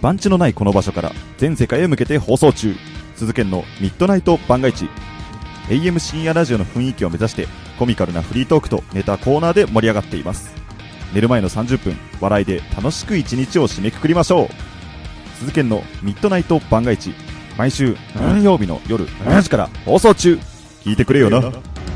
番地のないこの場所から全世界へ向けて放送中。鈴研のミッドナイト番外地。 AM 深夜ラジオの雰囲気を目指してコミカルなフリートークとネタコーナーで盛り上がっています。寝る前の30分、笑いで楽しく一日を締めくくりましょう。鈴研のミッドナイト番外地、毎週何曜日の夜7時から放送中。聞いてくれよな。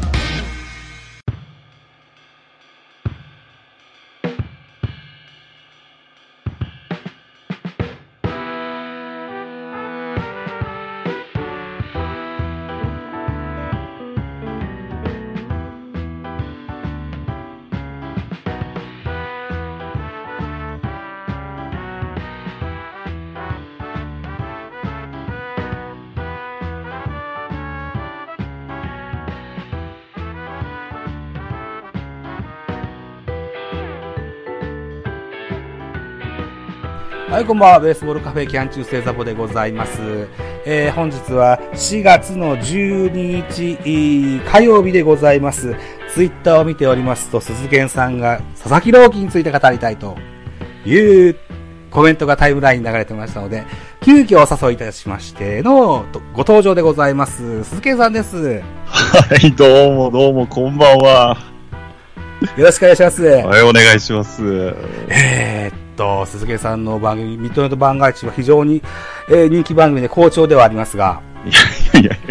はい、こんばんは。ベースボールカフェキャン中世ザボでございます。本日は4月の12日火曜日でございます。ツイッターを見ておりますと、鈴研さんが佐々木朗希について語りたいというコメントがタイムラインに流れてましたので、急遽お誘いいたしましてのご登場でございます。鈴研さんです。 はい、どうも、こんばんは。 よろしくお願いします。 はい、お願いします。 鈴研さんの番組、ミッドナイト番外地は非常に、人気番組で好調ではありますが、 いや。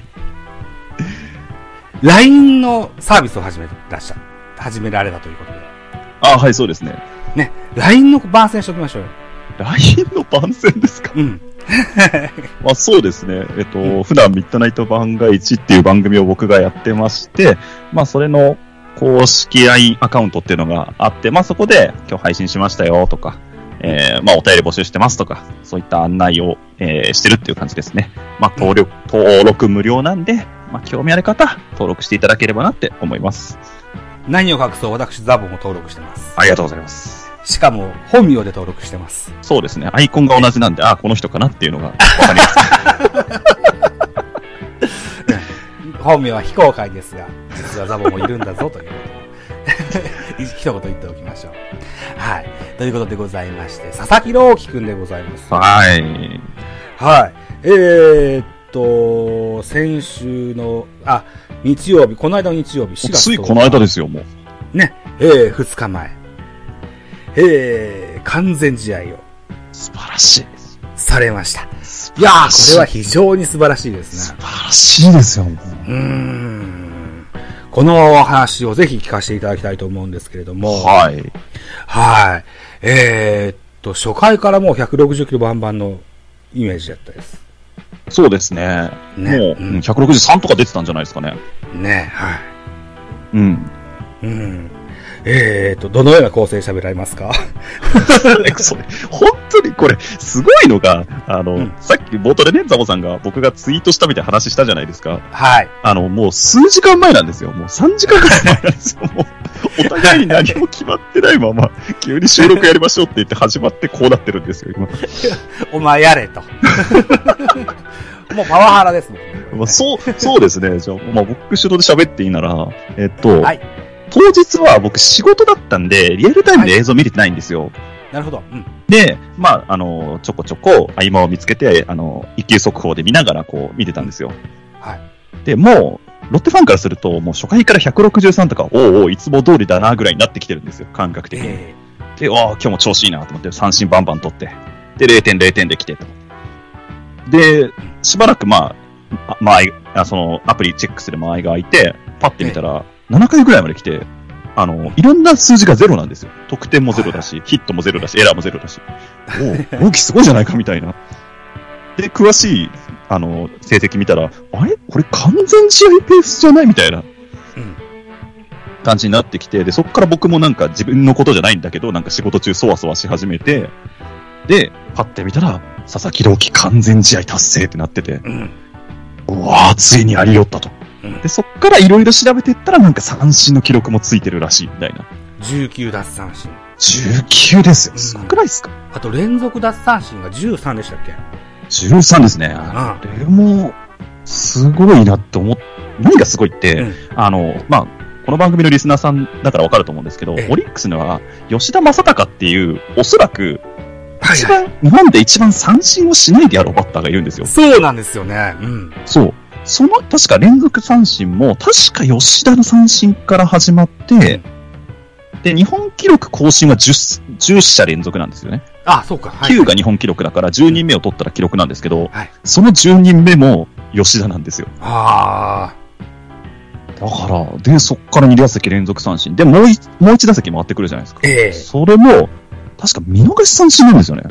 LINE のサービスを始められたということで。 あ、はい、そうですね。 ね、LINE の番宣しておきましょうよ。 LINE の番宣ですか？ うん。 まあそうですね。普段ミッドナイト番外地っていう番組を僕がやってまして、まあそれの公式 LINE アカウントっていうのがあって、まあそこで今日配信しましたよとか、まあお便り募集してますとか、そういった案内を、してるっていう感じですね。まあ登録無料なんで、まあ興味ある方、登録していただければなって思います。 何を隠そう、私ザボも登録してます。 ありがとうございます。 しかも本名で登録してます。 そうですね。アイコンが同じなんで、この人かなっていうのがわかります。 本名は非公開ですが、実はザボもいるんだぞということを一言言っておきましょう。はい。ということでございまして、佐々木朗希くんでございます。 はい。 はい。先週の、日曜日、この間の日曜日、4月。 ついこの間ですよ、もう。ね、2日前。完全試合を。 素晴らしい。 されました。いやー、これは非常に素晴らしいですね。 素晴らしいですよ。 この話をぜひ聞かせていただきたいと思うんですけれども。 はい。 はい。初回からもう160キロバンバンのイメージだったです。 そうですね。もう、163とか出てたんじゃないですかね。 ね、はい。どのような構成喋られますか？ 本当にこれ、すごいのが、さっき冒頭でね、ザボさんが僕がツイートしたみたいな話したじゃないですか。 はい。 もう数時間前なんですよ。もう3時間くらい前なんですよ。もう、お互いに何も決まってないまま、急に収録やりましょうって言って始まってこうなってるんですよ、今。 お前やれと。もうパワハラですもんね。 まあ、そうですね。じゃあ、まあ僕主導で喋っていいなら、はい。当日は僕仕事だったんで、リアルタイムで映像見れてないんですよ。 なるほど。 で、まあ、ちょこちょこ合間を見つけて、一級速報で見ながらこう見てたんですよ。 はい。 で、もう、ロッテファンからすると、もう初回から163とか、おういつも通りだなぐらいになってきてるんですよ、感覚的に。で、今日も調子いいなと思って、三振バンバン取って。で、0点できてと。で、しばらくそのアプリチェックする間合いが空いて、パッて見たら、7回ぐらいまで来て、いろんな数字がゼロなんですよ。得点もゼロだし、ヒットもゼロだし、エラーもゼロだし。朗希すごいじゃないかみたいな。で、詳しい、成績見たら、あれこれ完全試合ペースじゃないみたいな。感じになってきて、で、そっから僕もなんか自分のことじゃないんだけど、なんか仕事中そわそわし始めて、で、パッて見たら、佐々木朗希完全試合達成ってなってて、うわー、ついにありよったと。で、そっからいろいろ調べていったらなんか三振の記録もついてるらしいみたいな。 19奪三振。 19ですよ。すごくないですか？ あと連続奪三振が13でしたっけ ？13ですね。あれも、すごいなって何がすごいって、この番組のリスナーさんだからわかると思うんですけど、オリックスには吉田正尚っていう、おそらく、 日本で一番三振をしないでやろうバッターがいるんですよ。 そうなんですよね。うん。 そう。確か連続三振も、確か吉田の三振から始まって、で、日本記録更新は10者連続なんですよね。 あ、そうか。はい、 9が日本記録だから10人目を取ったら記録なんですけど、 はい、 その10人目も吉田なんですよ。 ああ。だから、で、そっから2打席連続三振。で、もう1打席回ってくるじゃないですか。それも、確か見逃し三振なんですよね。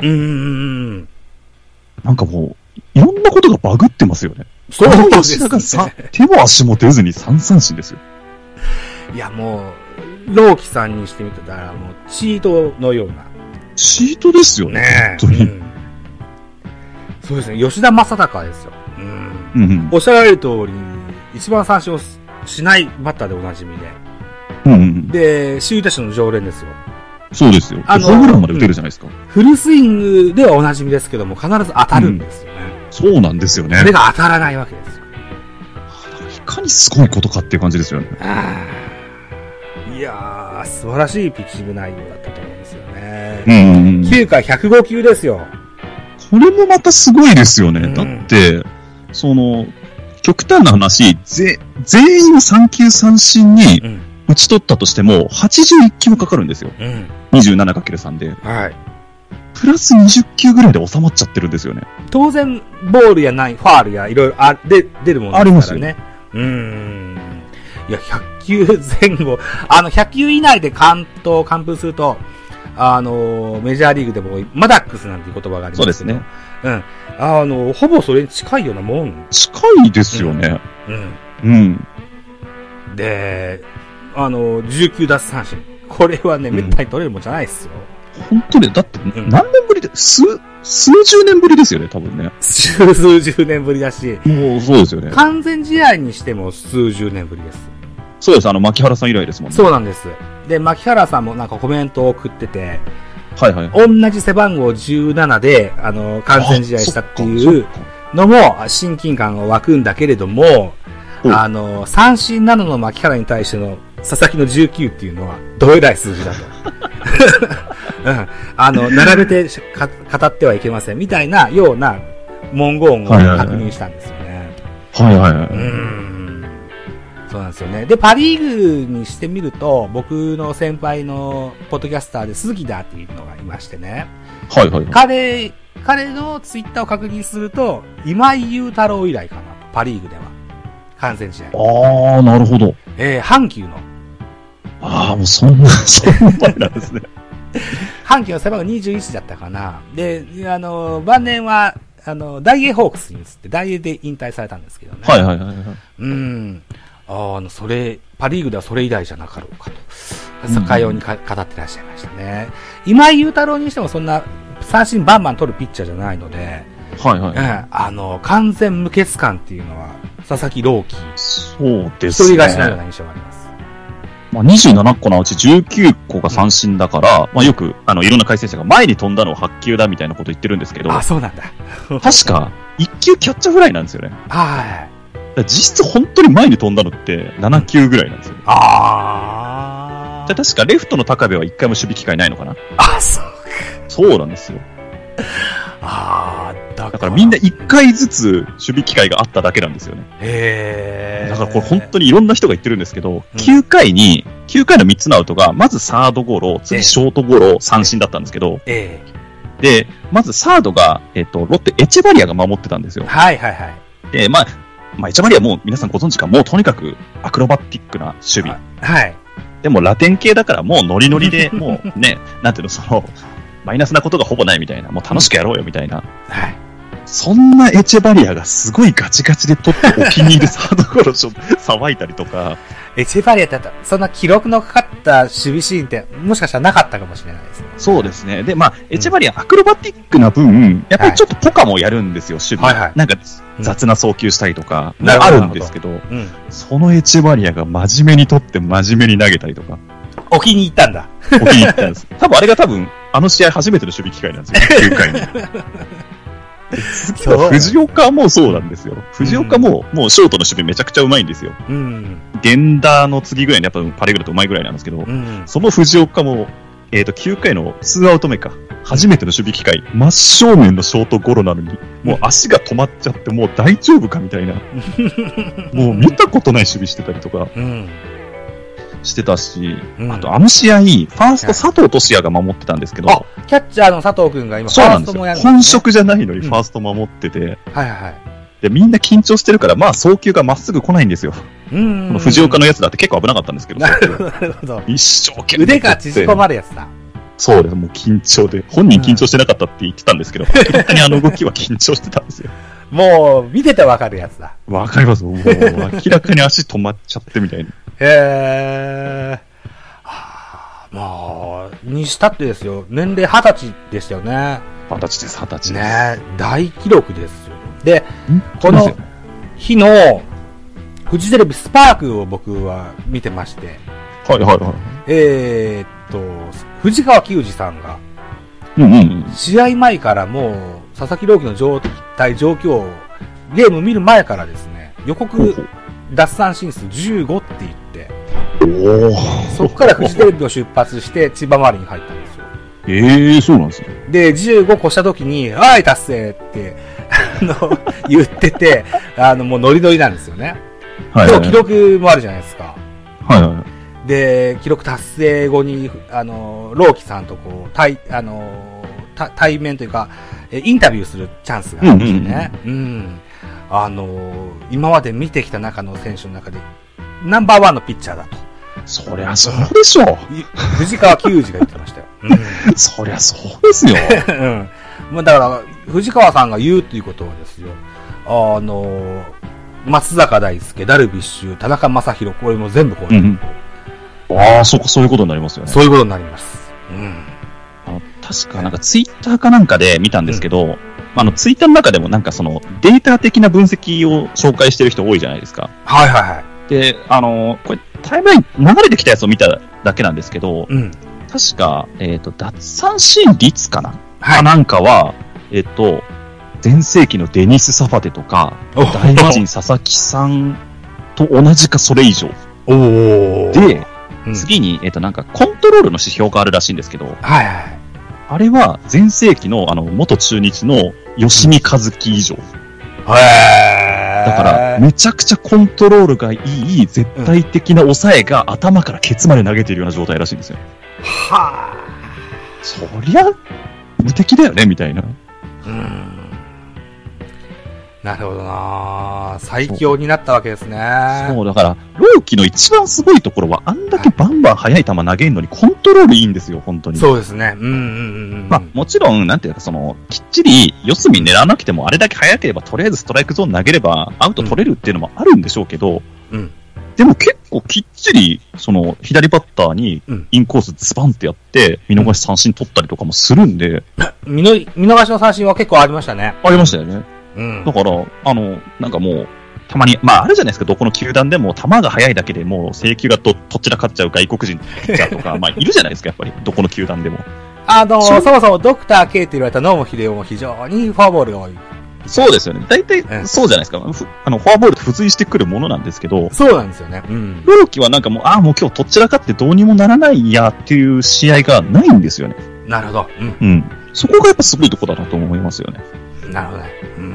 なんかもう、いろんなことがバグってますよね。 そうですね。 吉田が手も足も出ずに3三振ですよ。 いや、もう、朗希さんにしてみたら、もう、チートのような。 チートですよね。本当に、 そうですね。吉田正尚ですよ。おっしゃられる通り、一番三振をしないバッターでおなじみで。で、首位打者の常連ですよ。 そうですよ。ホームランまで打てるじゃないですか。 フルスイングではおなじみですけども、必ず当たるんですよね。 そうなんですよね。 それが当たらないわけですよ。 いかにすごいことかっていう感じですよね。 いやー、素晴らしいピッチング内容だったと思うんですよね。9回105球ですよ。 これもまたすごいですよね。だって、極端な話、全員を3球三振に打ち取ったとしても、81球かかるんですよ。27×3 で。 はい。 プラス20球ぐらいで収まっちゃってるんですよね。 当然、ボールやファールやいろいろ出るものですからね。 ありますよ。いや、100球前後、100球以内で完封すると、メジャーリーグでもマダックスなんていう言葉があります。 そうですね。 ほぼそれに近いようなもん。 近いですよね。 で、19奪三振。これはね、めったに取れるもんじゃないですよ。 本当に、だって、何年ぶりで、数十年ぶりですよね、多分ね。 数十年ぶりだし。 もう、そうですよね。 完全試合にしても数十年ぶりです。 そうです、牧原さん以来ですもんね。 そうなんです。で、牧原さんもなんかコメントを送ってて、 はいはい。 同じ背番号17で、完全試合したっていうのも、親近感が湧くんだけれども、三振7の牧原に対しての佐々木の19っていうのは、どえらい数字だと。並べて語ってはいけません、みたいなような文言を確認したんですよね。 はいはいはい。 そうなんですよね。で、パリーグにしてみると、僕の先輩のポッドキャスターで鈴木だっていうのがいましてね。 はいはい。 彼のツイッターを確認すると、今井雄太郎以来かなと、パリーグでは。完全試合。なるほど。 阪急の。 もうそんな前なんですね。 阪急の背番号21だったかな。で、晩年は、大英ホークスに移って、大英で引退されたんですけどね。 はいはいはいはい。 パリーグではそれ以来じゃなかろうかと、かように語ってらっしゃいましたね。今井雄太郎にしてもそんな三振バンバン取るピッチャーじゃないので、 はいはい。 完全無欠感っていうのは、佐々木朗希。 そうですね。 一人勝ちのような印象があります。 27個のうち19個が三振だから、よく、いろんな解説者が前に飛んだのを8球だみたいなこと言ってるんですけど。 そうなんだ。 確か、1球キャッチャーフライなんですよね。 はい。 実質本当に前に飛んだのって7球ぐらいなんですよ。確かレフトの高部は1回も守備機会ないのかな。そうなんですよ。だからみんな1回ずつ守備機会があっただけなんですよね。だからこれ本当にいろんな人が言ってるんですけど、9回の3つのアウトが、まずサードゴロ、次ショートゴロ、三振だったんですけど、で、まずサードが、ロッテ、エチェバリアが守ってたんですよ。 はいはいはい。 で、エチェバリアもう皆さんご存知か、もうとにかくアクロバティックな守備。 はい。 でもラテン系だからもうノリノリで、もうね、なんていうの、マイナスなことがほぼないみたいな、もう楽しくやろうよみたいな。 はい。 そんなエチェバリアがすごいガチガチで取ってお気に入りサードゴロ騒いだりとか。 エチェバリアってそんな記録のかかった守備シーンってもしかしたらなかったかもしれないですね。 そうですね。で、エチェバリアアクロバティックな分、やっぱりちょっとポカもやるんですよ、守備。なんか雑な送球したりとか、あるんですけど、そのエチェバリアが真面目に取って真面目に投げたりとか。 お気に入ったんだ。 お気に入ったんです。多分あれがあの試合初めての守備機会なんですよ、9回に。藤岡もそうなんですよ。藤岡も、もうショートの守備めちゃくちゃうまいんですよ。源田の次ぐらいにやっぱパリグラとうまいぐらいなんですけど、その藤岡も 9回の2アウト目か。初めての守備機会、真正面のショートゴロなのに、もう足が止まっちゃって、もう大丈夫かみたいな。もう見たことない守備してたりとか、してたし、あと試合、ファースト佐藤俊也が守ってたんですけど、 キャッチャーの佐藤くんが今、フそうァなんですよ。 ーストもやるんですね。 本職じゃないのにファースト守ってて、 はいはい。 で、みんな緊張してるから、まあ、送球がまっすぐ来ないんですよ。この藤岡のやつだって結構危なかったんですけど、 なるほど、なるほど。 一生懸命。 腕が縮こまるやつだ。 そうです、もう緊張で。本人緊張してなかったって言ってたんですけど、明らかにあの動きは緊張してたんですよ。 もう、見ててわかるやつだ。 わかります。もう、明らかに足止まっちゃってみたいな。 まあ、にしたってですよ。年齢20歳でしたよね。 20歳です、20歳です。 ね、大記録ですよ。で、この日のフジテレビスパークを僕は見てまして。 はいはいはい。 藤川球児さんが、試合前からもう、佐々木朗希の状況を、ゲーム見る前からですね、予告、奪三振数15って言って、そこからフジテレビを出発して千葉周りに入ったんですよ。 そうなんですね。 で、15越した時に、はい、達成って、言ってて、もうノリノリなんですよね。はい、でも記録もあるじゃないですか。 はいはい。 で、記録達成後に、朗希さんとこう、対面というか、インタビューするチャンスがあるんですよね。今まで見てきた中の選手の中で、ナンバーワンのピッチャーだと。 そりゃそうでしょう。 藤川球児が言ってましたよ。 そりゃそうですよ。 まあだから、藤川さんが言うっていうことはですよ。松坂大輔、ダルビッシュ、田中将大、これも全部こう。 そういうことになりますよね。 そういうことになります。 確かなんかツイッターかなんかで見たんですけど、ツイッターの中でもなんかそのデータ的な分析を紹介してる人多いじゃないですか。 はいはいはい。 で、これタイムライン流れてきたやつを見ただけなんですけど、確か、奪三振率かな、なんかは、前世紀のデニス・サファテとか、大魔神佐々木さんと同じかそれ以上。で、次に、なんかコントロールの指標があるらしいんですけど、あれは前世紀の元中日の吉見和樹以上。だから、めちゃくちゃコントロールがいい、絶対的な抑えが頭からケツまで投げているような状態らしいんですよ。そりゃ、無敵だよね、みたいな。 なるほどな、最強になったわけですね。 そう、だから、朗希の一番すごいところは、あんだけバンバン速い球投げるのにコントロールいいんですよ、本当に。 そうですね。 まあ、もちろん、なんていうか、きっちり四隅狙わなくても、あれだけ速ければ、とりあえずストライクゾーン投げれば、アウト取れるっていうのもあるんでしょうけど、でも結構きっちり、左バッターに、インコースズバンってやって、見逃し三振取ったりとかもするんで。 見逃しの三振は結構ありましたね。 ありましたよね。だから、なんかもう、たまに、まああるじゃないですか、どこの球団でも、球が速いだけでもう、制球がどちらかっちゃう外国人ピッチャーとか、まあいるじゃないですか、やっぱり、どこの球団でも。 そもそもドクター K って言われた野茂英雄も非常にフォアボールが多い。 そうですよね。大体、そうじゃないですか。フォアボールって付随してくるものなんですけど。 そうなんですよね。 朗希はなんかもう今日どちらかってどうにもならないやっていう試合がないんですよね。 なるほど。 そこがやっぱすごいとこだなと思いますよね。 なるほどね。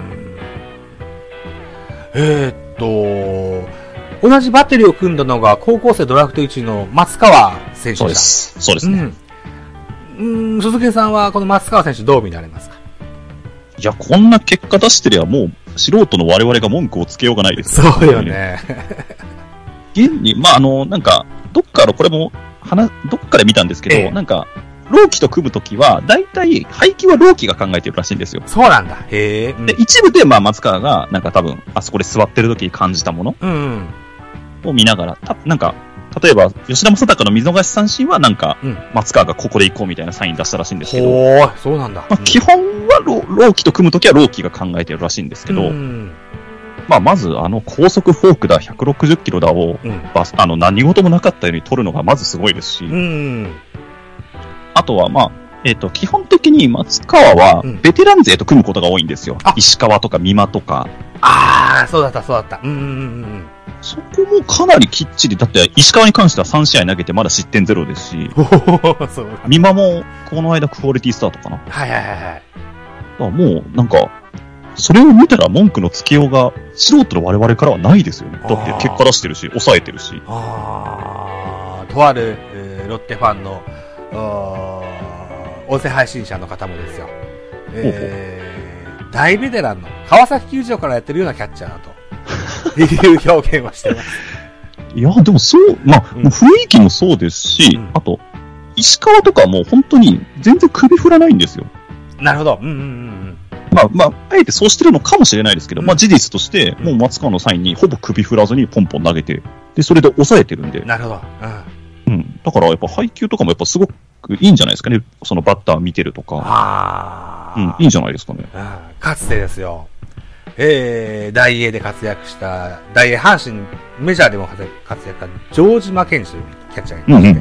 同じバッテリーを組んだのが高校生ドラフト1位の松川選手でした。 そうですね。 鈴木さんはこの松川選手どう見られますか？ いや、こんな結果出してりゃもう素人の我々が文句をつけようがないです。 そうよね。 現に、まあ、なんか、どっかで見たんですけど、なんか、朗希と組むときは、大体、配球は朗希が考えてるらしいんですよ。 そうなんだ。で、 一部で、まあ、松川が、なんか多分、あそこで座ってるときに感じたものを見ながら、なんか、例えば、吉田正尚の見逃し三振は、なんか、松川がここで行こうみたいなサイン出したらしいんですけど、 そうなんだ。 まあ、基本は朗希と組むときは朗希が考えてるらしいんですけど、まあ、まず、高速フォークだ、160キロだを、何事もなかったように取るのがまずすごいですし、あとは、まあ、基本的に松川は、ベテラン勢と組むことが多いんですよ。石川とか美馬とか。 そうだった。 そこもかなりきっちり、だって石川に関しては3試合投げてまだ失点ゼロですし、 そう。 美馬もこの間クオリティスタートかな。 はいはいはいはい。 だからもうなんか、それを見たら文句のつけようが素人の我々からはないですよね。だって結果出してるし、抑えてるし。 とある、ロッテファンの音声配信者の方もですよ。大ベテランの川崎球場からやってるようなキャッチャーだという表現をしてます。 いや、でもそう、まあ、雰囲気もそうですし、あと、石川とかも本当に全然首振らないんですよ。 なるほど。 まあ、あえてそうしてるのかもしれないですけど、まあ事実として、もう松川のサインにほぼ首振らずにポンポン投げて、で、それで抑えてるんで。 なるほど。 だからやっぱ配球とかもやっぱすごくいいんじゃないですかね。そのバッター見てるとか。いいんじゃないですかね。 かつてですよ。大英で活躍した、大英阪神、メジャーでも活躍したジョージ・マケンジというキャッチャーがいまして、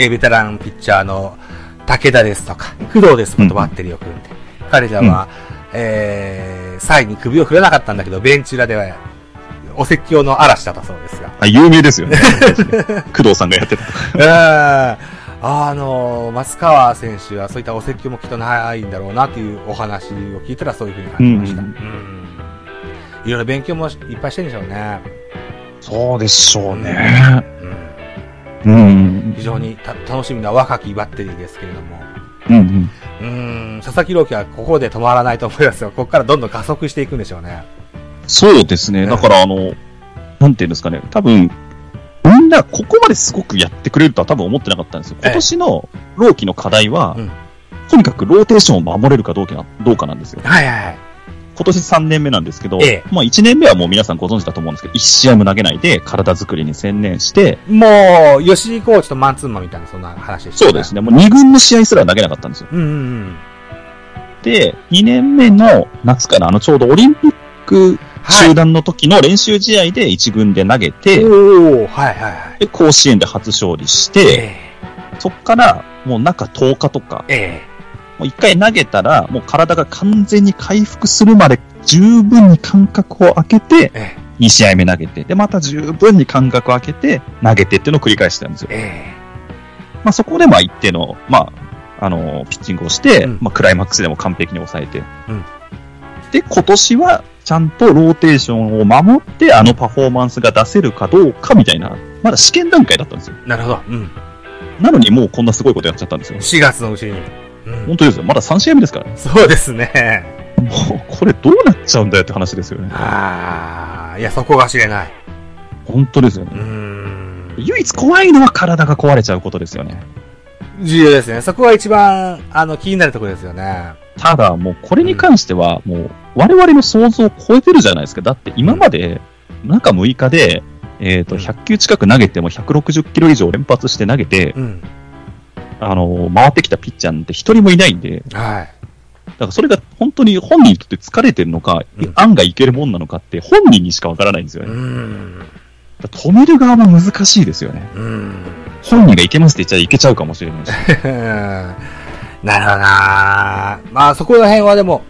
ベテランピッチャーの武田ですとか、工藤ですとかとバッテリーを組んで、彼らは、サインに首を振らなかったんだけど、ベンチ裏では、お説教の嵐だったそうですが。 有名ですよね。工藤さんがやってた。 松川選手はそういったお説教もきっとないんだろうなというお話を聞いたらそういうふうに感じました。いろいろ勉強もいっぱいしてるんでしょうね。 そうでしょうね。 非常に楽しみな若きバッテリーですけれども。佐々木朗希はここで止まらないと思いますよ。ここからどんどん加速していくんでしょうね。 そうですね。だからなんていうんですかね。多分、みんなここまですごくやってくれるとは多分思ってなかったんですよ。今年の朗希の課題は、とにかくローテーションを守れるかどうかなんですよ。今年3年目なんですけど、まあ1年目はもう皆さんご存知だと思うんですけど、1試合も投げないで体作りに専念して、 もう、吉井コーチとマンツーマンみたいなそんな話でしたね。 そうですね。もう2軍の試合すら投げなかったんですよ。で、2年目の夏からちょうどオリンピック集団の時の練習試合で1軍で投げて、で、甲子園で初勝利して、そっからもう中10日とか、もう1回投げたら、もう体が完全に回復するまで十分に間隔を空けて、2試合目投げて、で、また十分に間隔を空けて、投げてっていうのを繰り返してたんですよ。まあそこでまあ一定の、まあ、ピッチングをして、まあクライマックスでも完璧に抑えて、で、今年はちゃんとローテーションを守って、パフォーマンスが出せるかどうかみたいな、まだ試験段階だったんですよ。 なるほど。 なのにもうこんなすごいことやっちゃったんですよ。 4月のうちに。 本当ですよ。まだ3試合目ですからね。 そうですね。 もう、これどうなっちゃうんだよって話ですよね。 いや、そこが知れない。 本当ですよね。唯一怖いのは体が壊れちゃうことですよね。 重要ですね。そこが一番、気になるところですよね。 ただ、もう、これに関しては、もう、我々の想像を超えてるじゃないですか。だって、今まで、中6日で、100球近く投げても160キロ以上連発して投げて、回ってきたピッチャーなんて一人もいないんで、だからそれが本当に本人にとって疲れてるのか、案外いけるもんなのかって本人にしかわからないんですよね。止める側も難しいですよね。本人がいけますって言っちゃいけちゃうかもしれないし。 なるほどな。まあそこら辺はでも、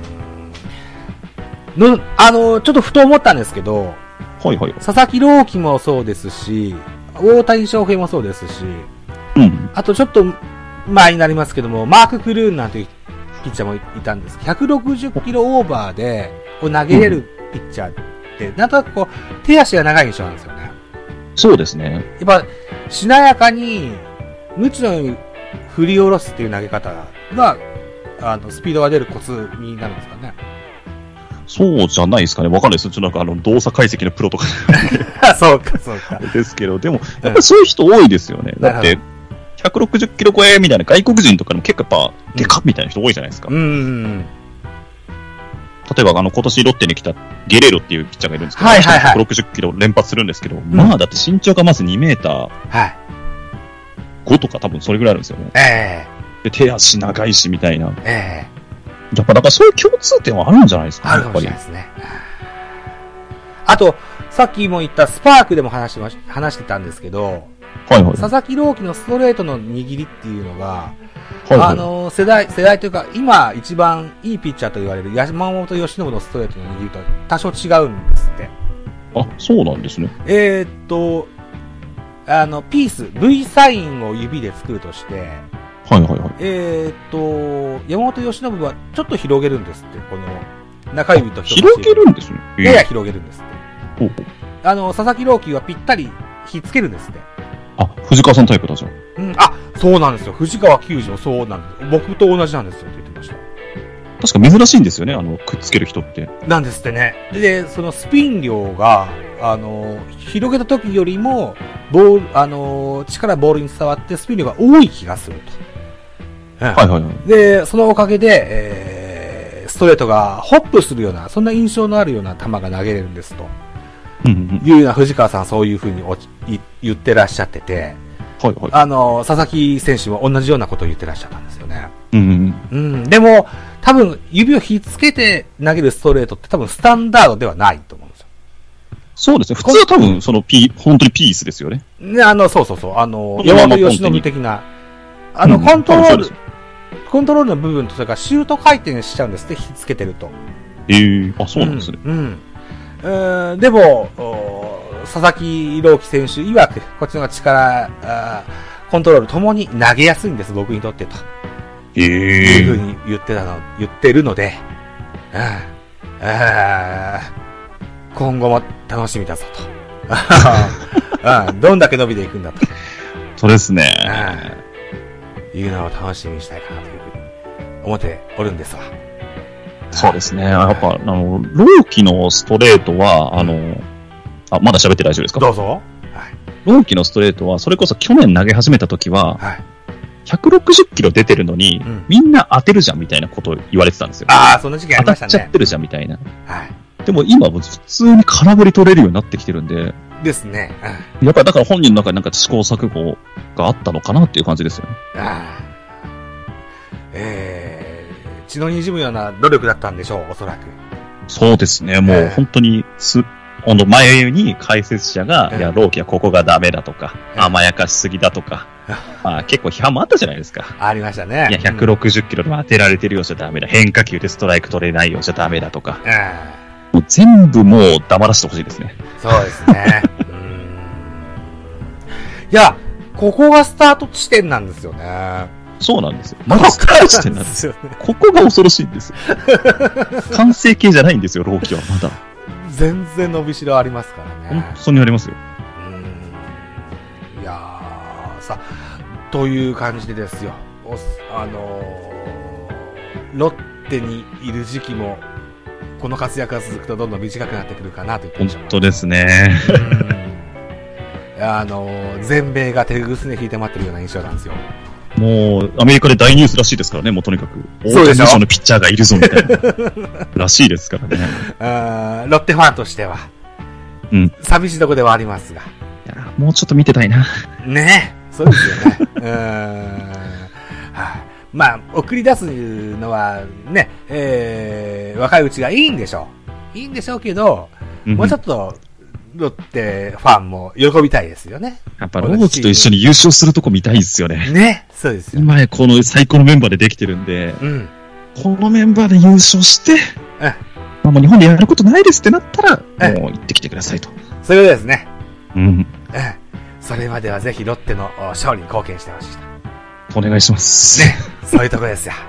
ちょっとふと思ったんですけど、佐々木朗希もそうですし、大谷翔平もそうですし、あとちょっと前になりますけども、マーク・クルーンなんていうピッチャーもいたんですけど、160キロオーバーで投げれるピッチャーって、なんとなくこう、手足が長い印象なんですよね。 そうですね。 やっぱ、しなやかに、無知のように振り下ろすっていう投げ方が、スピードが出るコツになるんですかね。 そうじゃないですかね。わかんないです。ちょっとなんか動作解析のプロとか。 そうか、そうか。 ですけど、でも、やっぱりそういう人多いですよね。だって、160キロ超えみたいな外国人とかでも結構やっぱ、デカみたいな人多いじゃないですか。例えば今年ロッテに来たゲレーロっていうピッチャーがいるんですけど、160キロ連発するんですけど、まあだって身長がまず2メーター5とか多分それぐらいあるんですよね。で、手足長いしみたいな。やっぱだからそういう共通点はあるんじゃないですか、 あるかもしれないですね。あと、さっきも言ったスパークでも話してたんですけど、佐々木朗希のストレートの握りっていうのが、世代というか、今一番いいピッチャーと言われる山本由伸のストレートの握りと多少違うんですって。 あ、そうなんですね。 ピース、V サインを指で作るとして、 はいはいはい。 山本由伸はちょっと広げるんですって、この、中指と人差し指。 広げるんですね。 やや広げるんですって。 ほうほう。 佐々木朗希はぴったりひっつけるんですって。 あ、藤川さんタイプだじゃん。 うん、あ、そうなんですよ。藤川球児もそうなんです。僕と同じなんですよって言ってました。 確か珍しいんですよね、くっつける人って。 なんですってね。で、そのスピン量が、広げた時よりも、力ボールに伝わってスピン量が多い気がすると。うん、 はいはいはい。 で、そのおかげで、ストレートがホップするような、そんな印象のあるような球が投げれるんですと。いうような藤川さんそういう風に言ってらっしゃってて、 はいはい。 佐々木選手も同じようなことを言ってらっしゃったんですよね。 うんうん。でも、多分、指をひっつけて投げるストレートって多分スタンダードではないと思うんですよ。 そうですね。普通は多分、本当にピースですよね。 ね、そうそうそう。山本由伸的な、コントロールの部分と、それからシュート回転しちゃうんですって、ひっつけてると。 あ、そうなんですね。 でも、佐々木朗希選手曰く、こっちの力、コントロールともに投げやすいんです、僕にとってと。いうふうに言ってるので、今後も楽しみだぞと。どんだけ伸びていくんだと。 そうですね。 いうのを楽しみにしたいかなというふうに思っておるんですわ。 そうですね。やっぱ、朗希のストレートは、まだ喋って大丈夫ですか？ どうぞ。 朗希のストレートは、それこそ去年投げ始めた時は、160キロ出てるのに、みんな当てるじゃんみたいなことを言われてたんですよ。 ああ、そんな時期ありましたね。 当たっちゃってるじゃんみたいな。 はい。 でも今普通に空振り取れるようになってきてるんで。 ですね。 やっぱりだから本人の中になんか試行錯誤があったのかなっていう感じですよね。 血の滲むような努力だったんでしょう、おそらく。 そうですね。もう本当に前に解説者が、いや、朗希はここがダメだとか、甘やかしすぎだとか、結構批判もあったじゃないですか。 ありましたね。 いや、160キロでも当てられてるようじゃダメだ。変化球でストライク取れないようじゃダメだとか。もう全部もう黙らせてほしいですね。 そうですね。いや、ここがスタート地点なんですよね。 そうなんですよ。まだスタート地点なんですよ。ここが恐ろしいんですよ。完成形じゃないんですよ、朗希はまだ。 全然伸びしろありますからね。 本当にありますよ。 いやー、さ、という感じでですよ。ロッテにいる時期も、この活躍が続くとどんどん短くなってくるかなといった印象。 本当ですね。 全米が手ぐすね引いて待ってるような印象なんですよ。 もう、アメリカで大ニュースらしいですからね、もうとにかく。 そうですよ。 大谷のピッチャーがいるぞ、みたいな。らしいですからね。 ロッテファンとしては。寂しいとこではありますが。いや、もうちょっと見てたいな。 ねえ。そうですよね。まあ、送り出すのは、ね、若いうちがいいんでしょう。いいんでしょうけど、もうちょっと、ロッテファンも喜びたいですよね。 やっぱローチと一緒に優勝するとこ見たいですよね。 ね。そうですよ。 今この最高のメンバーでできてるんで、このメンバーで優勝して、もう日本でやることないですってなったら、もう行ってきてくださいと。 そういうことですね。それまではぜひロッテの勝利に貢献してほしいと。お願いします。 ね。そういうとこですよ。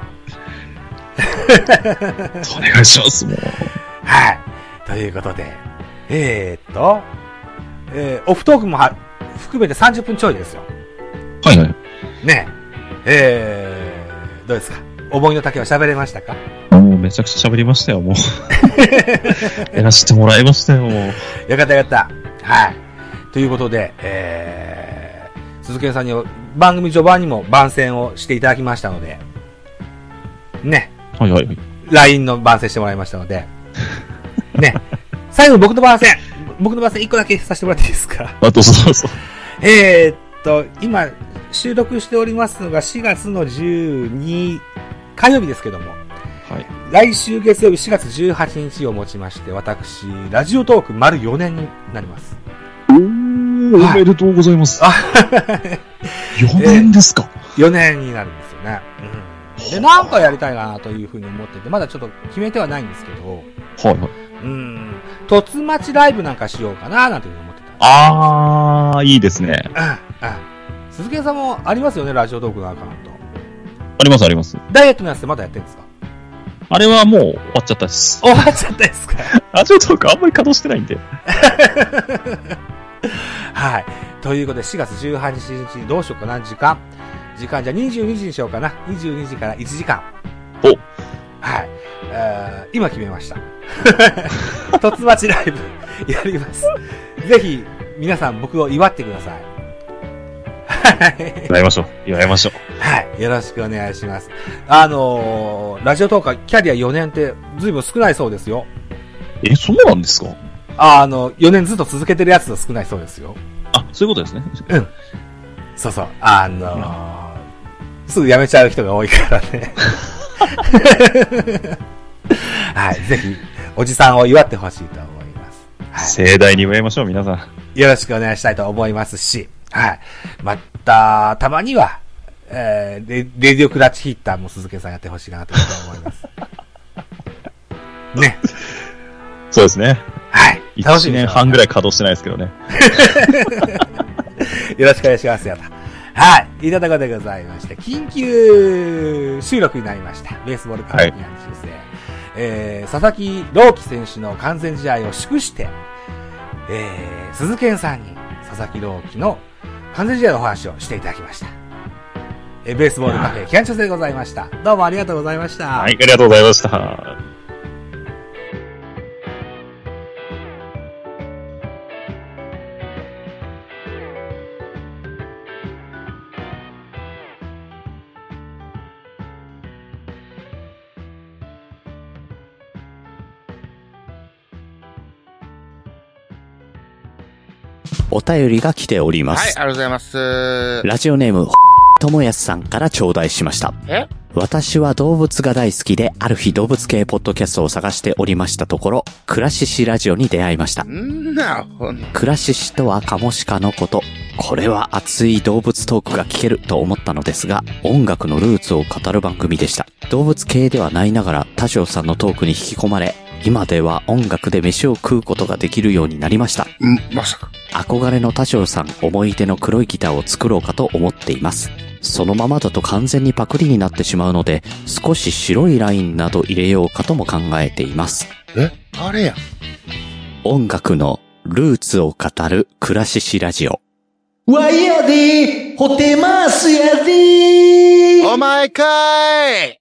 お願いします、もう。 はい。ということで、オフトークも含めて30分ちょいですよ。 はいはい。 ねどうですか？思いの丈は喋れましたか？ もうめちゃくちゃ喋りましたよ、もう。やらせてもらいましたよ、もう。 よかったよかった。はい。ということで、鈴木さんに番組序盤にも番宣をしていただきましたので、ね。 はいはいはい。 LINE の番宣してもらいましたので、ね。最後に僕の番宣1個だけさせてもらっていいですか？ どうぞどうぞ。 今、収録しておりますのが4月の12火曜日ですけども、 はい、 来週月曜日4月18日をもちまして、私、ラジオトーク丸4年になります。 おめでとうございます。4年ですか？ 4年になるんですよね。 で、なんかやりたいなというふうに思ってて、まだちょっと決めてはないんですけど、 はいはい。 突待ちライブなんかしようかななんていうふうに思ってた。 あー、いいですね。 鈴木さんもありますよね、ラジオトークのアカウント。 ありますあります。 ダイエットのやつってまだやってるんですか？ あれはもう終わっちゃったです。 終わっちゃったですか？ ラジオトークあんまり稼働してないんで。 はい。ということで、4月18日どうしようかな、時間じゃあ22時にしようかな。22時から1時間。 お。 はい。今決めました。突待ちライブやります。ぜひ、皆さん僕を祝ってください。はい。 祝いましょう。はい。 よろしくお願いします。ラジオトーカーキャリア4年って随分少ないそうですよ。 そうなんですか ？4年ずっと続けてるやつは少ないそうですよ。あ、 そういうことですね。 うん。そうそう。すぐ辞めちゃう人が多いからね。はい。ぜひ、おじさんを祝ってほしいと思います。 はい、盛大に祝いましょう、皆さん。 よろしくお願いしたいと思いますし、はい。また、たまには、レディオクラッチヒッターも鈴木さんやってほしいなと思います。ね。 そうですね。 はい。 1年半ぐらい稼働してないですけどね。 よろしくお願いしますよと。はい。いただくことでございまして、緊急収録になりました。ベースボールカフェに安心して、佐々木朗希選手の完全試合を祝して、鈴健さんに佐々木朗希の完全試合のお話をしていただきました。ベースボールカフェ、キャンチョスでございました。どうもありがとうございました。 はい、ありがとうございました。 お便りが来ております。 はい、ありがとうございます。 ラジオネーム、ともやすさんから頂戴しました。私は動物が大好きで、ある日動物系ポッドキャストを探しておりましたところ、クラシシラジオに出会いました。クラシシとはカモシカのこと。これは熱い動物トークが聞けると思ったのですが、音楽のルーツを語る番組でした。動物系ではないながら、多少さんのトークに引き込まれ、今では音楽で飯を食うことができるようになりました。 まさか。 憧れの多少さん思い出の黒いギターを作ろうかと思っています。そのままだと完全にパクリになってしまうので、少し白いラインなど入れようかとも考えています。 あれや。 音楽のルーツを語るクラシシラジオ。 わいやで、ホテマスやで。 お前かーい。